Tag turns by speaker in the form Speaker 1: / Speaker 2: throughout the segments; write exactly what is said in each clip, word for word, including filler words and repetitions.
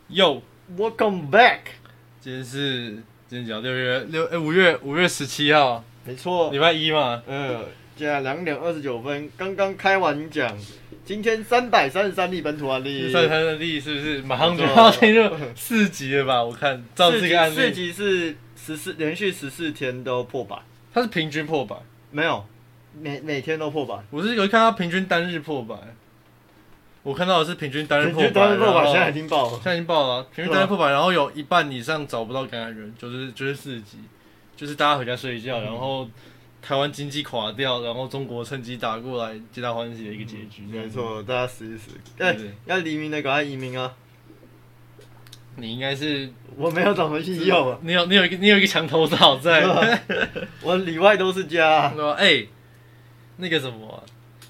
Speaker 1: Yo
Speaker 2: Welcome back。
Speaker 1: 今天是今天讲六月六哎五月五月十七号，
Speaker 2: 没错，
Speaker 1: 礼拜一嘛。
Speaker 2: 嗯，现在两点二十九分，刚刚开完讲，今天三百三十三例本土案例，
Speaker 1: 三十三例是不是马上就要进入四级了吧？我看照这个案例，
Speaker 2: 四级是十四连续十四天都破百，
Speaker 1: 它是平均破百，
Speaker 2: 没有，每每天都破百。
Speaker 1: 我是有看到平均单日破百。我看到的是平均单日破百，
Speaker 2: 平均单日破百，现在已经爆了，
Speaker 1: 现在已经爆了、啊。平均单日破百，然后有一半以上找不到感染源，就是就是四级，就是大家回家睡觉，嗯、然后台湾经济垮掉，然后中国趁机打过来，皆大欢喜的一个结局。
Speaker 2: 嗯、没错，大家死一死。哎、欸，要移民的赶快移民啊！
Speaker 1: 你应该是
Speaker 2: 我没有怎么利用啊，
Speaker 1: 你有你有一个你有一个墙头草在，
Speaker 2: 我里外都是家、啊。
Speaker 1: 对吧？哎、欸，那个什么、啊。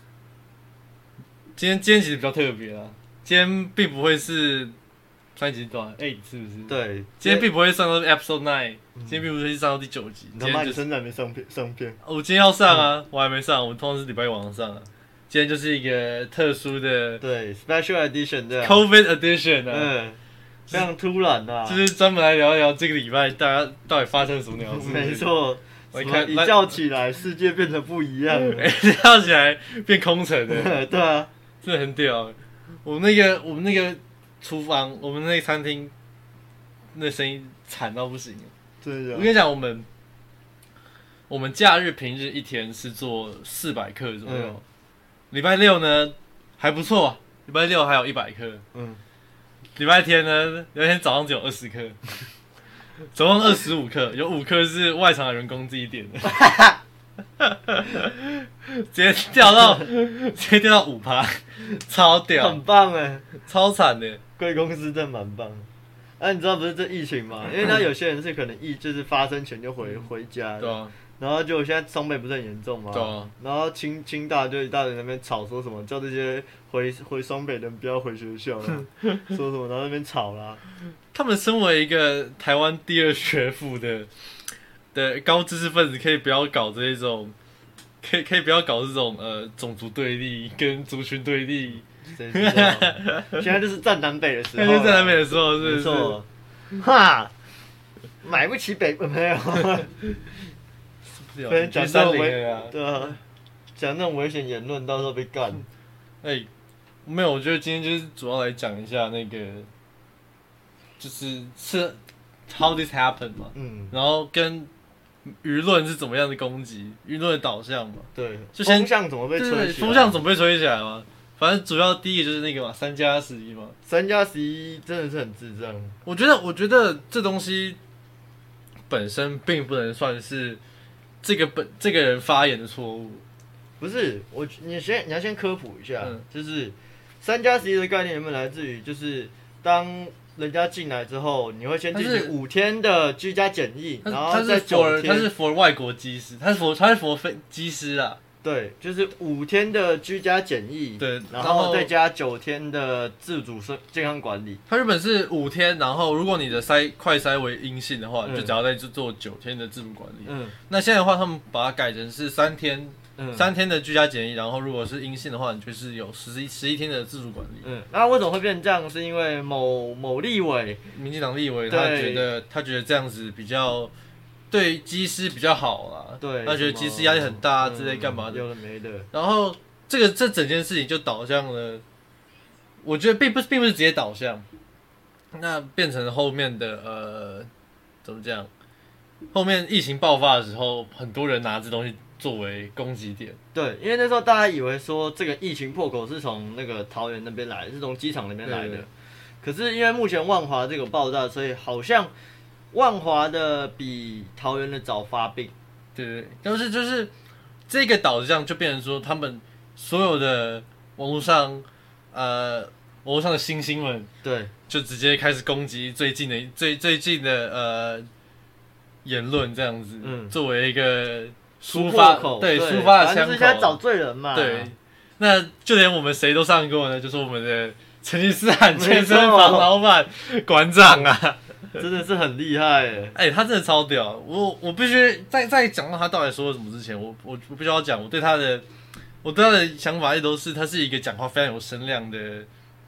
Speaker 1: 今天今天其实比较特别啊，今天并不会是三集短 eight 是不是？
Speaker 2: 对，
Speaker 1: 今天并不会上到 episode nine，、嗯、今天并不会上到第九集。
Speaker 2: 你他妈你现在没上片上片？
Speaker 1: 我今天要上啊，嗯、我还没上，我通常是礼拜一晚上上啊。今天就是一个特殊的，
Speaker 2: 对 special edition 这样
Speaker 1: ，COVID edition 啊，
Speaker 2: 嗯，非常突然啊，
Speaker 1: 就是专门来聊一聊这个礼拜大家到底发生什么鸟事。
Speaker 2: 没错。我一觉起来，世界变得不一样了。
Speaker 1: 一觉起来变空城了。
Speaker 2: 对啊，
Speaker 1: 真的很屌。我们那个我们那个厨房，我们那个餐厅，那声音惨到不行。
Speaker 2: 对的。
Speaker 1: 我跟你讲，我们我们假日平日一天是做四百克左右，礼、嗯、拜六呢还不错，礼拜六还有一百克。嗯。礼拜天呢，有一天早上只有二十克。总共二十五克，有五克是外场的员工自己点的，直接掉到直接掉到五趴，超屌，
Speaker 2: 很棒哎，
Speaker 1: 超惨的。
Speaker 2: 贵公司真的蛮棒。啊，你知道不是这疫情吗？因为他有些人是可能疫就是发生前就回回家了，
Speaker 1: 对啊。然
Speaker 2: 后就现在双北不是很严重吗？
Speaker 1: 对啊。
Speaker 2: 然后清清大就一大人那边吵说什么，叫这些回回双北的人不要回学校了，说什么然后那边吵啦。
Speaker 1: 他们身为一个台湾第二学府的的高知识分子，可以不要搞这种，可以可以不要搞这种呃种族对立跟族群对立。
Speaker 2: 谁知道？现在就是站南北的时候，
Speaker 1: 现在就是站南北的时候，是不是？
Speaker 2: 没错。哈，买不起北没有。不能讲这种危，对啊，讲那种危险言论，到时候被干。
Speaker 1: 哎、欸，没有，我觉得今天就是主要来讲一下那个。就是是 how this happened 嘛，嗯，然后跟舆论是怎么样的攻击，舆论的导向嘛，
Speaker 2: 对，
Speaker 1: 就先
Speaker 2: 风向怎么被吹起来，
Speaker 1: 风向怎么被吹起来嘛，反正主要第一个就是那个嘛，三加十一嘛，
Speaker 2: 三加十一真的是很智障。
Speaker 1: 我觉得，我觉得这东西本身并不能算是这个本这个人发言的错误，
Speaker 2: 不是，我你先你要先科普一下，嗯、就是三加十一的概念原本来自于就是当。人家进来之后，你会先进行五天的居家检疫，然后再九天。
Speaker 1: 他是 for 外国机师，他是 for 他是 for 非机师啊。
Speaker 2: 对，就是五天的居家检疫，
Speaker 1: 对，
Speaker 2: 然后再加九天的自主健康管理。
Speaker 1: 他原本是五天，然后如果你的筛快筛为阴性的话，嗯、就只要再做九天的自主管理。嗯，那现在的话，他们把它改成是三天。嗯、三天的居家检疫，然后如果是阴性的话，你就是有十一十一天的自主管理。
Speaker 2: 嗯，那为什么会变成这样？是因为某某立委，
Speaker 1: 民进党立委，他觉得他觉得这样子比较对机师比较好啦。
Speaker 2: 对，
Speaker 1: 他觉得机师压力很大之类干嘛的。
Speaker 2: 有的没的。
Speaker 1: 然后这个这整件事情就导向了，我觉得并不并不是直接导向，那变成后面的呃怎么讲？后面疫情爆发的时候，很多人拿这东西。作为攻击点，
Speaker 2: 对，因为那时候大家以为说这个疫情破口是从那个桃园那边来的，是从机场那边来的。可是因为目前万华这个爆炸，所以好像万华的比桃园的早发病。
Speaker 1: 对对，但是就是这个导向就变成说，他们所有的网络上呃网络上的星星们，
Speaker 2: 对，
Speaker 1: 就直接开始攻击最近的最最近的呃言论这样子，嗯，作为一个。抒发对抒发的枪口，反正
Speaker 2: 是在找罪人嘛。
Speaker 1: 对，那就连我们谁都上过呢，就是我们的成吉思汗健身房老板馆长啊，
Speaker 2: 真的是很厉害哎！
Speaker 1: 哎、欸，他真的超屌。我我必须在在讲到他到底说了什么之前，我我我必须要讲我对他的我对他的想法一直都是他是一个讲话非常有声量的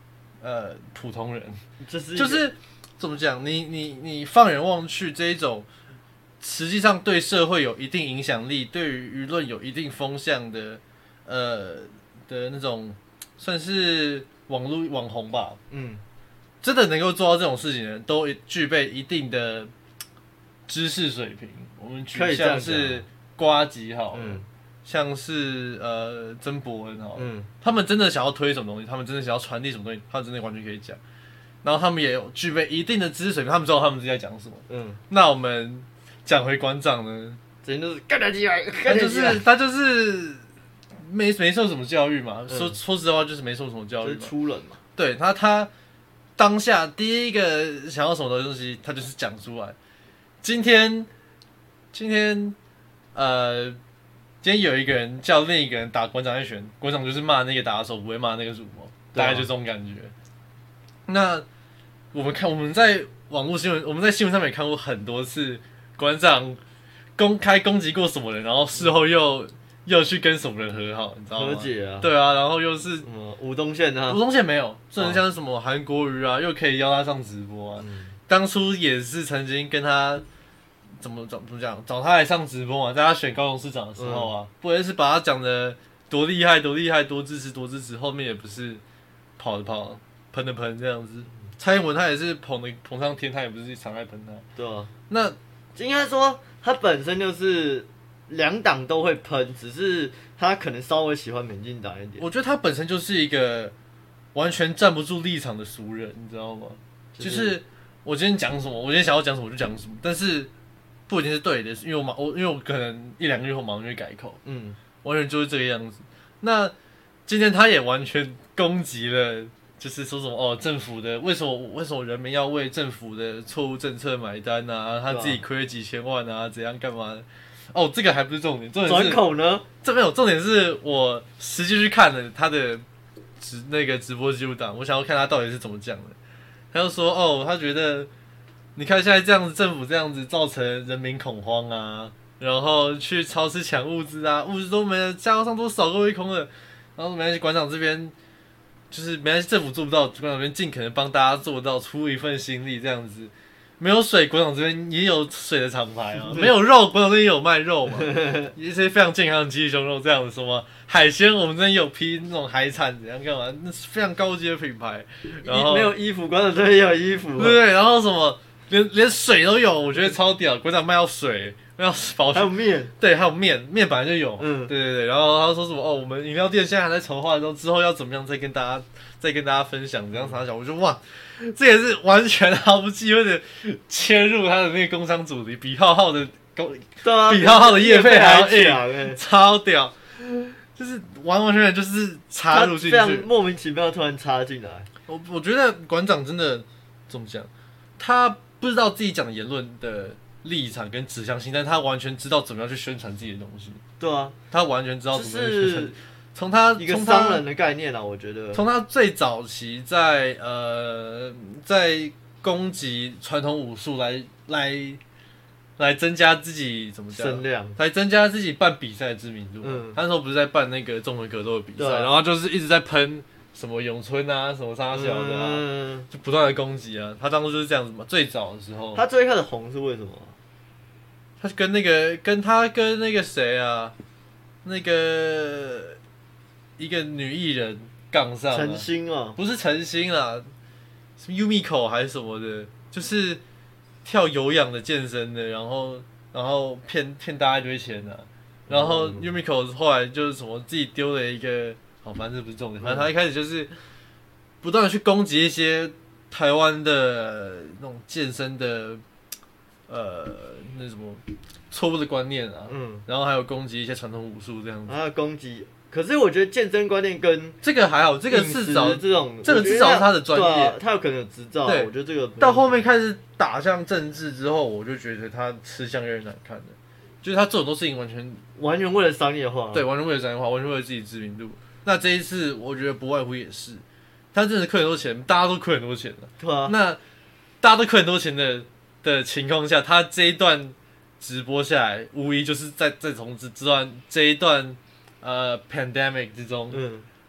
Speaker 1: 呃普通人，
Speaker 2: 就是
Speaker 1: 就是怎么讲？你你你放眼望去，这一种实际上对社会有一定影响力、对于舆论有一定风向的呃的那种，算是网络网红吧。嗯，真的能够做到这种事情的人，都具备一定的知识水平。我们举像是呱吉好了，嗯，像是呃曾博恩好了，嗯，他们真的想要推什么东西，他们真的想要传递什么东西，他们真的完全可以讲。然后他们也有具备一定的知识水平，他们知道他们自己在讲什么。嗯，那我们讲回馆长呢，
Speaker 2: 真的是干他鸡来，
Speaker 1: 他就是他就是没没受什么教育嘛，嗯、说说实话就是没受什么教育嘛，
Speaker 2: 就是粗人嘛。
Speaker 1: 对他他当下第一个想要什么东西，他就是讲出来。今天。今天，呃，今天有一个人叫另一个人打馆长一拳，馆长就是骂那个打手，不会骂那个主谋，大概就这种感觉。那我们看我们在网络新闻，我们在新闻上面也看过很多次，馆长公开攻击过什么人，然后事后又又去跟什么人和好，你知道吗？
Speaker 2: 和解啊。
Speaker 1: 对啊，然后又是
Speaker 2: 什么吴宗宪啊？
Speaker 1: 吴宗宪没有，甚至像是什么韩国瑜啊，又可以邀他上直播啊。嗯、当初也是曾经跟他。怎么怎么讲？找他来上直播嘛，在他选高雄市长的时候啊，嗯、不会是把他讲的多厉害、多厉害、多支持、多支持，后面也不是跑的跑、喷的喷这样子。蔡英文他也是捧的捧上天，他也不是常爱喷他。
Speaker 2: 对啊，
Speaker 1: 那
Speaker 2: 应该说他本身就是两党都会喷，只是他可能稍微喜欢民进党一点。
Speaker 1: 我觉得他本身就是一个完全站不住立场的俗人，你知道吗？就是、就是我今天讲什么，我今天想要讲什么就讲什么，但是。不一定是对的，因为我马我因为我可能一两个月后马上就会改口，嗯，完全就是这个样子。那今天他也完全攻击了，就是说什么哦，政府的为什么为什么人民要为政府的错误政策买单啊？他自己亏了几千万啊，怎样干嘛的？哦，这个还不是重点，重点是
Speaker 2: 转口呢？
Speaker 1: 这边有重点是我实际去看了他的直那个直播记录档，我想要看他到底是怎么讲的。他就说哦，他觉得。你看现在这样子，政府这样子造成人民恐慌啊，然后去超市抢物资啊，物资都没了，加油上都扫个一空了。然后没关系，馆长这边就是没关系，政府做不到，馆长这边尽可能帮大家做到，出一份心力这样子。没有水，馆长这边也有水的厂牌啊。没有肉，馆长这边也有卖肉嘛，一些非常健康的鸡胸肉这样子。什么海鲜，我们这边有批那种海产怎样干嘛，那是非常高级的品牌。然后
Speaker 2: 没有衣服，馆长这边也有衣服、啊。
Speaker 1: 对对，然后什么？连连水都有，我觉得超屌。馆长卖到水，卖到保
Speaker 2: 还有面，
Speaker 1: 对，还有面，面本来就有，嗯，对对对。然后他说什么哦，我们饮料店现在还在筹划中，之后要怎么样再跟大家再跟大家分享，怎样啥讲？我觉得哇，这也是完全毫不忌讳的切入他的那个工商主题，比浩浩的工，
Speaker 2: 对啊，
Speaker 1: 比浩浩的业配还要
Speaker 2: 硬、
Speaker 1: 欸，超屌，就是完完全全就是插入进去，
Speaker 2: 非常莫名其妙突然插进来。
Speaker 1: 我我觉得馆长真的怎么讲，他。不知道自己讲的言论的立场跟指向性，但他完全知道怎么样去宣传自己的东西。
Speaker 2: 对啊，
Speaker 1: 他完全知道怎么样去宣传。从他
Speaker 2: 一个商人的概念啊，我觉得。
Speaker 1: 从他最早期在呃在攻击传统武术来来来增加自己怎么讲
Speaker 2: 声量，
Speaker 1: 来增加自己办比赛的知名度。嗯，他那时候不是在办那个综合格斗的比赛，啊、然后就是一直在喷。什么咏春啊，什么沙小的啊，嗯、就不断的攻击啊。他当初就是这样子嘛。最早的时候，
Speaker 2: 他最开始红是为什么？
Speaker 1: 他跟那个跟他跟那个谁啊，那个一个女艺人杠上、啊。
Speaker 2: 陈星啊，
Speaker 1: 不是陈星啦，什么 Yumiko 还是什么的，就是跳有氧的健身的，然后然后骗骗大家一堆钱啊。然后 Yumiko 后来就是什么自己丢了一个。好，反正这不是重点。反正他一开始就是不断的去攻击一些台湾的那种健身的呃那什么错误的观念啊，嗯，然后还有攻击一些传统武术这样子。
Speaker 2: 还有攻击，可是我觉得健身观念跟
Speaker 1: 这个还好，这个至少
Speaker 2: 这种，
Speaker 1: 这个至少是他的专业，
Speaker 2: 啊、他有可能有执照。对，我觉得这个
Speaker 1: 到后面开始打向政治之后，我就觉得他吃相越来越难看了。就是他做很多事情完全
Speaker 2: 完全为了商业化，
Speaker 1: 对，完全为了商业化，完全为了自己知名度。那这一次，我觉得不外乎也是，他真的亏很多钱，大家都亏很多钱了。
Speaker 2: 对啊。
Speaker 1: 那大家都亏很多钱的的情况下，他这一段直播下来，无疑就是在在从这段这一段呃 pandemic 之中，嗯，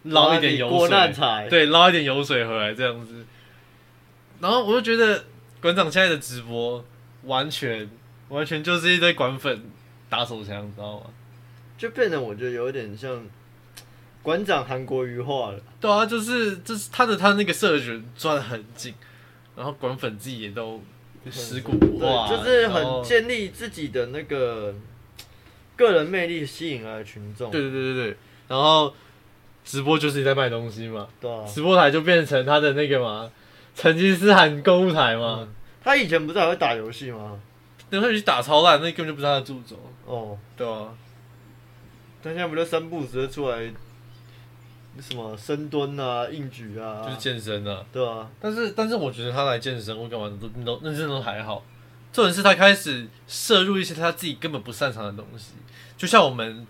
Speaker 1: 捞一点油
Speaker 2: 锅难
Speaker 1: 水，
Speaker 2: 财，
Speaker 1: 对，捞一点油水回来这样子。然后我就觉得馆长现在的直播完全完全就是一堆馆粉打手枪，你知道吗？
Speaker 2: 就变得我觉得有点像馆长韩国瑜化了。
Speaker 1: 对啊，就是就是他的他那个社群抓得很紧，然后馆粉自己也都尸骨不化，
Speaker 2: 对，就是很建立自己的那个个人魅力，吸引来的群众。
Speaker 1: 对对对对对，然后直播就是在卖东西嘛，
Speaker 2: 对啊，
Speaker 1: 直播台就变成他的那个嘛，成吉思汗购物台嘛。
Speaker 2: 嗯、他以前不是还会打游戏吗？
Speaker 1: 那他去打超烂，那根本就不是他的助手。
Speaker 2: 哦，
Speaker 1: 对啊，
Speaker 2: 但现在不就三不五时出来什么深蹲啊、硬举啊，
Speaker 1: 就是健身啊。
Speaker 2: 对啊，
Speaker 1: 但是但是我觉得他来健身或干嘛的都都那真的都还好。重点是他开始摄入一些他自己根本不擅长的东西，就像我们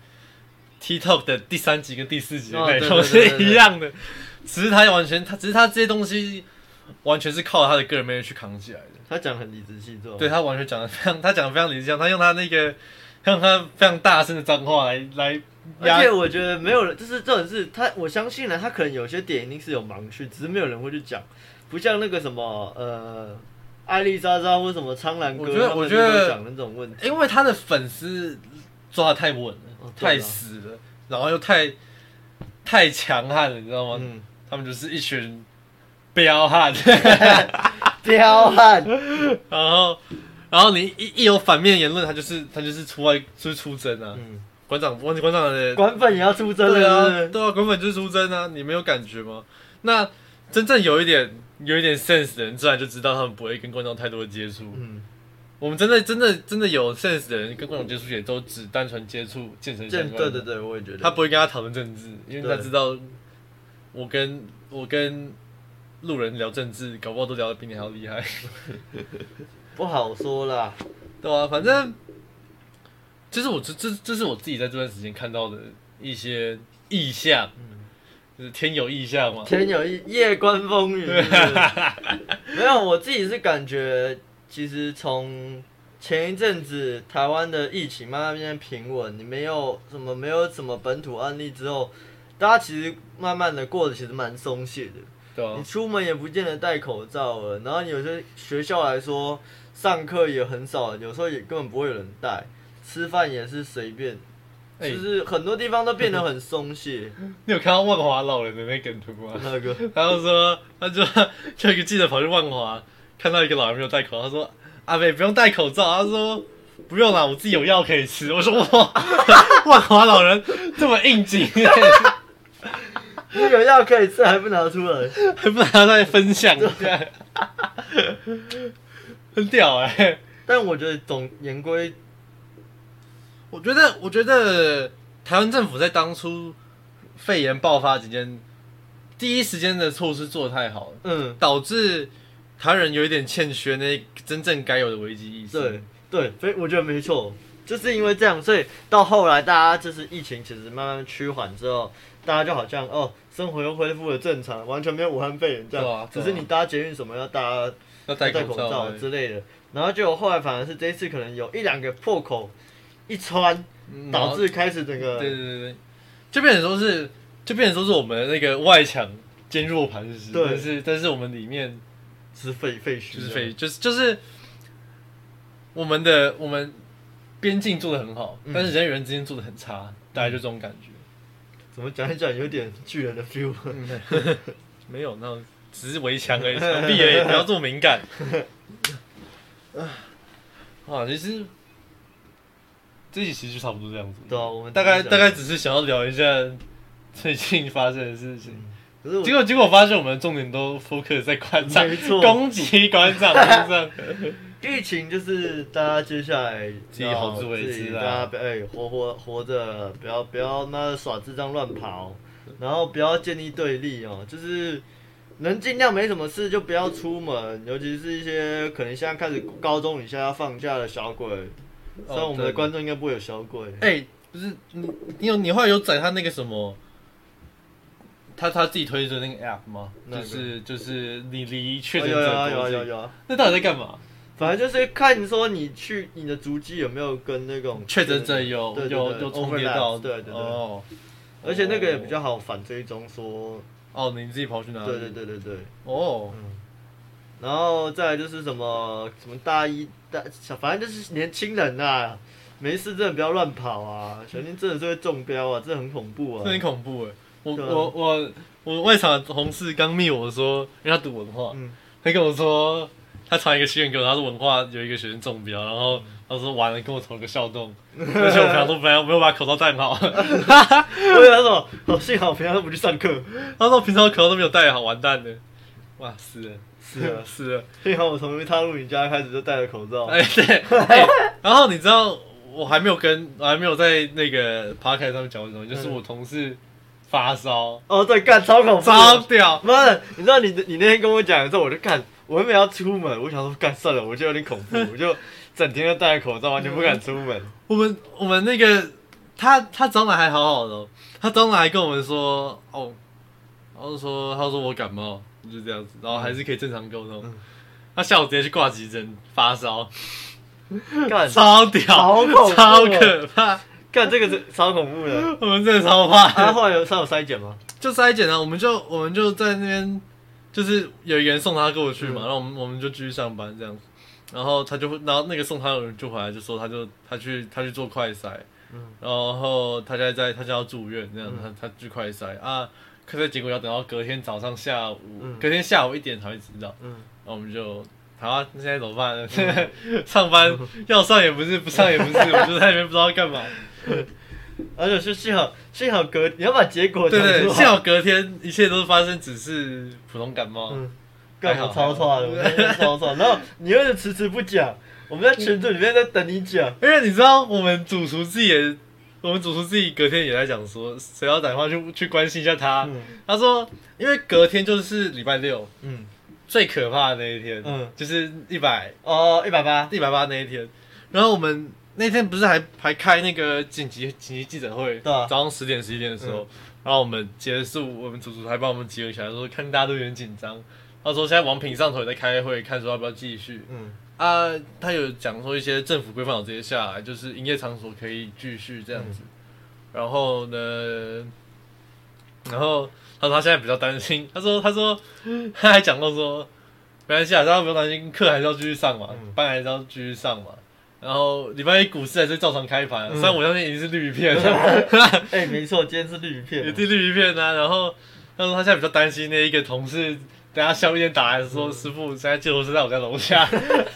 Speaker 1: TikTok 的第三集跟第四集的内容是一样的，只是他完全他只是他这些东西完全是靠他的个人魅力去扛起来的。
Speaker 2: 他讲很理直气壮，
Speaker 1: 对他完全讲的非常，他讲的非常理直气壮，他用他那个用他非常大声的脏话来来。
Speaker 2: 而且我觉得没有人，就是这种事，他我相信呢，他可能有些点一定是有盲区，只是没有人会去讲，不像那个什么呃艾丽莎莎或什么苍兰哥，
Speaker 1: 我觉得我觉得
Speaker 2: 讲那种问题，
Speaker 1: 因为他的粉丝抓得太稳了，哦、太死了，然后又太太强悍了，你知道吗？嗯、他们就是一群彪悍，
Speaker 2: 彪悍，
Speaker 1: 然后然后你一一有反面言论，他就是他就是出外就是出征啊。嗯，馆长，馆馆长的
Speaker 2: 馆粉也要出征
Speaker 1: 对啊，对啊，馆粉就是出征啊，你没有感觉吗？那真正有一点有一点 sense 的人，自然就知道他们不会跟观众太多的接触。嗯，我们真的真的真的有 sense 的人跟观众接触，也都只单纯接触健身相关的。
Speaker 2: 对对对，我也觉得。
Speaker 1: 他不会跟他讨论政治，因为他知道我跟我跟路人聊政治，搞不好都聊得比你还要厉害。
Speaker 2: 不好说啦，
Speaker 1: 对啊，反正。这是我这这这是我自己在这段时间看到的一些意象，嗯、就是天有异象嘛。
Speaker 2: 天有异，夜观风云。没有，我自己是感觉，其实从前一阵子台湾的疫情慢慢变成平稳，你没有什么没有什么本土案例之后，大家其实慢慢的过得其实蛮松懈的。
Speaker 1: 对啊。
Speaker 2: 你出门也不见得戴口罩了，然后有些学校来说，上课也很少，有时候也根本不会有人戴。吃饭也是随便，欸、就是很多地方都变得很松懈。
Speaker 1: 你有看到万华老人的那梗图吗？
Speaker 2: 那个，
Speaker 1: 他就说，他就就一个记者跑去万华，看到一个老人没有戴口罩，他说：“阿伯不用戴口罩。”他说：“不用啦，我自己有药可以吃。”我说：“哇，万华老人这么应景，
Speaker 2: 你有药可以吃还不拿出来，
Speaker 1: 还不拿出来分享一下，很屌哎、欸！
Speaker 2: 但我觉得总言归。
Speaker 1: 我觉得，我觉得台湾政府在当初肺炎爆发期间，第一时间的措施做得太好了，嗯，导致台湾人有一点欠缺那真正该有的危机意识。
Speaker 2: 对对，我觉得没错，就是因为这样，所以到后来大家就是疫情其实慢慢趋缓之后，大家就好像哦，生活又恢复了正常，完全没有武汉肺炎这样，啊啊、只是你搭捷运什么要搭
Speaker 1: 要戴
Speaker 2: 口罩之类的，然后就后来反而是这一次可能有一两个破口。一穿，导致开始整个，
Speaker 1: 对对对对，就变成说是，就变成说是我们的那个外墙坚若磐石，但是但是我们里面
Speaker 2: 是废废墟，
Speaker 1: 就是废，就是就是我们的我们边境做的很好，嗯、但是人与人之间做的很差，大概就这种感觉。
Speaker 2: 怎么讲一讲有点巨人的 feel？
Speaker 1: 没有，那只是围墙而已，墙壁而已，不要这么敏感。啊，其实。这一集其实就差不多这样子。
Speaker 2: 对啊，我们
Speaker 1: 大概大概只是想要聊一下最近发生的事情。
Speaker 2: 嗯、可是
Speaker 1: 结果结果发现我们的重点都 focus 在馆长，攻击馆长身上。
Speaker 2: 疫情就是大家接下来
Speaker 1: 自己好自为之
Speaker 2: 啊，大家哎、欸、活活活着，不要不要那耍智障乱跑，然后不要建立对立哦，就是能尽量没什么事就不要出门，尤其是一些可能现在开始高中以下要放假的小鬼。虽然我们的观众应该不会有小鬼。
Speaker 1: 哎、欸，不是你，你有你后来有载他那个什么，他他自己推的那个 app 吗？那個、就是就是你离确诊者
Speaker 2: 有啊有啊有啊有啊。
Speaker 1: 那到底在干嘛？
Speaker 2: 反正就是看说你去你的足迹有没有跟那种
Speaker 1: 确诊者有
Speaker 2: 对对对
Speaker 1: 有有重叠到，
Speaker 2: 对对对。
Speaker 1: 哦
Speaker 2: 而且那个也比较好反追踪说。
Speaker 1: 哦，你自己跑去哪里？
Speaker 2: 对对对对对。
Speaker 1: 哦。
Speaker 2: 嗯。然后再来就是什么什么大一大小，反正就是年轻人啊，没事真的不要乱跑啊，小心真的是会中标啊，这很恐怖啊。
Speaker 1: 这很恐怖哎！我我我我外场的同事刚密我说，因为他读文化，嗯、他跟我说他传一个新闻给我，他说文化有一个学生中标，然后他说完了跟我投个校动，而且我平常都没有没有把口罩戴好。我
Speaker 2: 以为他说哦，幸好我平常都不去上课，
Speaker 1: 他说我平常口罩都没有戴好，完蛋了，哇死了。是啊，是啊，
Speaker 2: 幸好我从一踏入你家开始就戴了口罩。
Speaker 1: 哎、欸，对、欸，然后你知道我还没有跟，我还没有在那个 podcast 上面讲什么，就是我同事发烧。
Speaker 2: 哦，对，干超恐怖，
Speaker 1: 超屌！
Speaker 2: 妈的，你知道你你那天跟我讲的时候，我就干，我原本要出门，我想说干算了，我就有点恐怖，我就整天都戴着口罩，完全不敢出门。
Speaker 1: 我们我们那个他他早上还好好的、喔，他早上还跟我们说哦，然后说他说我感冒。就这样子，然后还是可以正常沟通。嗯、他下午直接去挂急诊，发烧，超屌，
Speaker 2: 超恐怖，
Speaker 1: 超可怕。
Speaker 2: 干这个是超恐怖的，
Speaker 1: 我们真的超怕。
Speaker 2: 他、啊、后来有他有筛检吗？
Speaker 1: 就筛检啊，我们就我们就在那边，就是有一个人送他过去嘛，嗯、然后我们我们就继续上班这样子。然后他就然后那个送他的人就回来就说，他就他去他去做快筛，嗯、然后他现在在他就要住院这样，嗯、他他去快筛啊。可是结果要等到隔天早上下午，嗯、隔天下午一点才会知道。嗯，然后我们就，好啊，那现在怎么办呢？嗯、上班要上也不是，不上也不是，我就在那边不知道干嘛。
Speaker 2: 而且是幸好幸好隔，你要把结果
Speaker 1: 对对，幸好隔天一切都是发生，只是普通感冒。嗯，
Speaker 2: 干好超错的，我真的超错。然后你又是迟迟不讲，我们在群组里面在等你讲，
Speaker 1: 因为你知道我们主厨自己也。我们主厨自己隔天也在讲说，谁要打电话去去关心一下他。嗯、他说，因为隔天就是礼拜六，嗯，最可怕的那一天，嗯，就是一百
Speaker 2: 哦一百八
Speaker 1: 一百八那一天。然后我们那天不是还还开那个紧急紧急记者会，对、啊，早上十点十一点的时候，嗯、然后我们结束，我们主厨还帮我们集合起来，说看大家都有点紧张。他说现在王品上头也在开会，看说要不要继续。嗯。啊，他有讲说一些政府规范有直接下来，就是营业场所可以继续这样子。嗯、然后呢，然后他说他现在比较担心，他说他说他还讲到说，没关系啊，大家不用担心，课还是要继续上嘛，嗯、班还是要继续上嘛。然后礼拜一股市还是照常开盘、啊，嗯、虽然我相信已经是绿片了。
Speaker 2: 哎、欸，没错，今天是绿片，
Speaker 1: 也是绿片啊。然后他说他现在比较担心那一个同事。等下下午一点打来说，嗯、师傅现在借头是在我家楼下。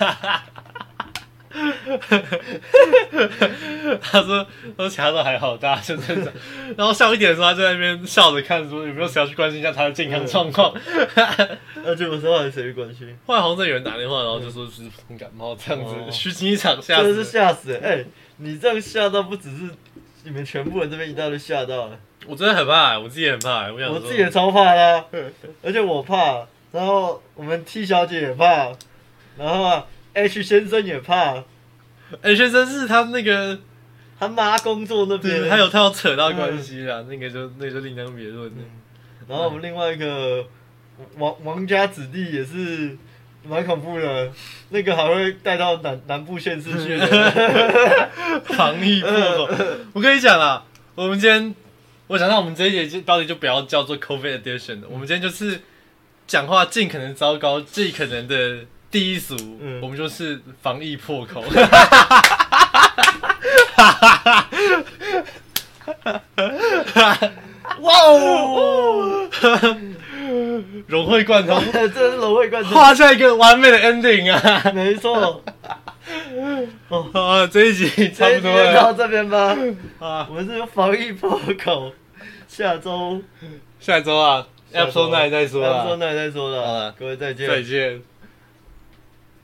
Speaker 1: 他说，他说其他都还好，大家就正常。然后下午一点的时候，他就在那边笑着看，说有没有谁要去关心一下他的健康状况。
Speaker 2: 那结果后来谁去关心？
Speaker 1: 后来好像真的有人打电话，然后就说是普通感冒这样子，虚惊一场，吓死。
Speaker 2: 真的是吓死！哎、欸，你这样吓到不只是你们全部人这边一大堆吓到了。
Speaker 1: 我真的很怕、欸，我自己也很怕、欸。我想
Speaker 2: 我自己也超怕的、啊，而且我怕，然后我们 T 小姐也怕，然后啊 H 先生也怕。
Speaker 1: H 先生是他那个
Speaker 2: 他妈工作那边，
Speaker 1: 还有他有扯到关系啦，嗯、那个就那个就另当别论、嗯。
Speaker 2: 然后我们另外一个王王家子弟也是蛮恐怖的，那个还会带到南南部县市去的
Speaker 1: 防疫破口。我跟你讲啦，我们今天。我想到我们这一节标题就不要叫做 COVID edition 了，我们今天就是讲话尽可能糟糕，尽可能的低俗，嗯、我们就是防疫破口。
Speaker 2: 哇哦！
Speaker 1: 融会贯通，
Speaker 2: 这是融会贯通，
Speaker 1: 画下一个完美的 ending 啊！
Speaker 2: 没错。
Speaker 1: 哦，好，这一集差不多了，
Speaker 2: 到这边吧。啊，我们是防疫破口，下周，
Speaker 1: 下周啊 ，episode nine 再说啦
Speaker 2: ，episode nine 再说了。
Speaker 1: 好了，
Speaker 2: 各位再见，
Speaker 1: 再见。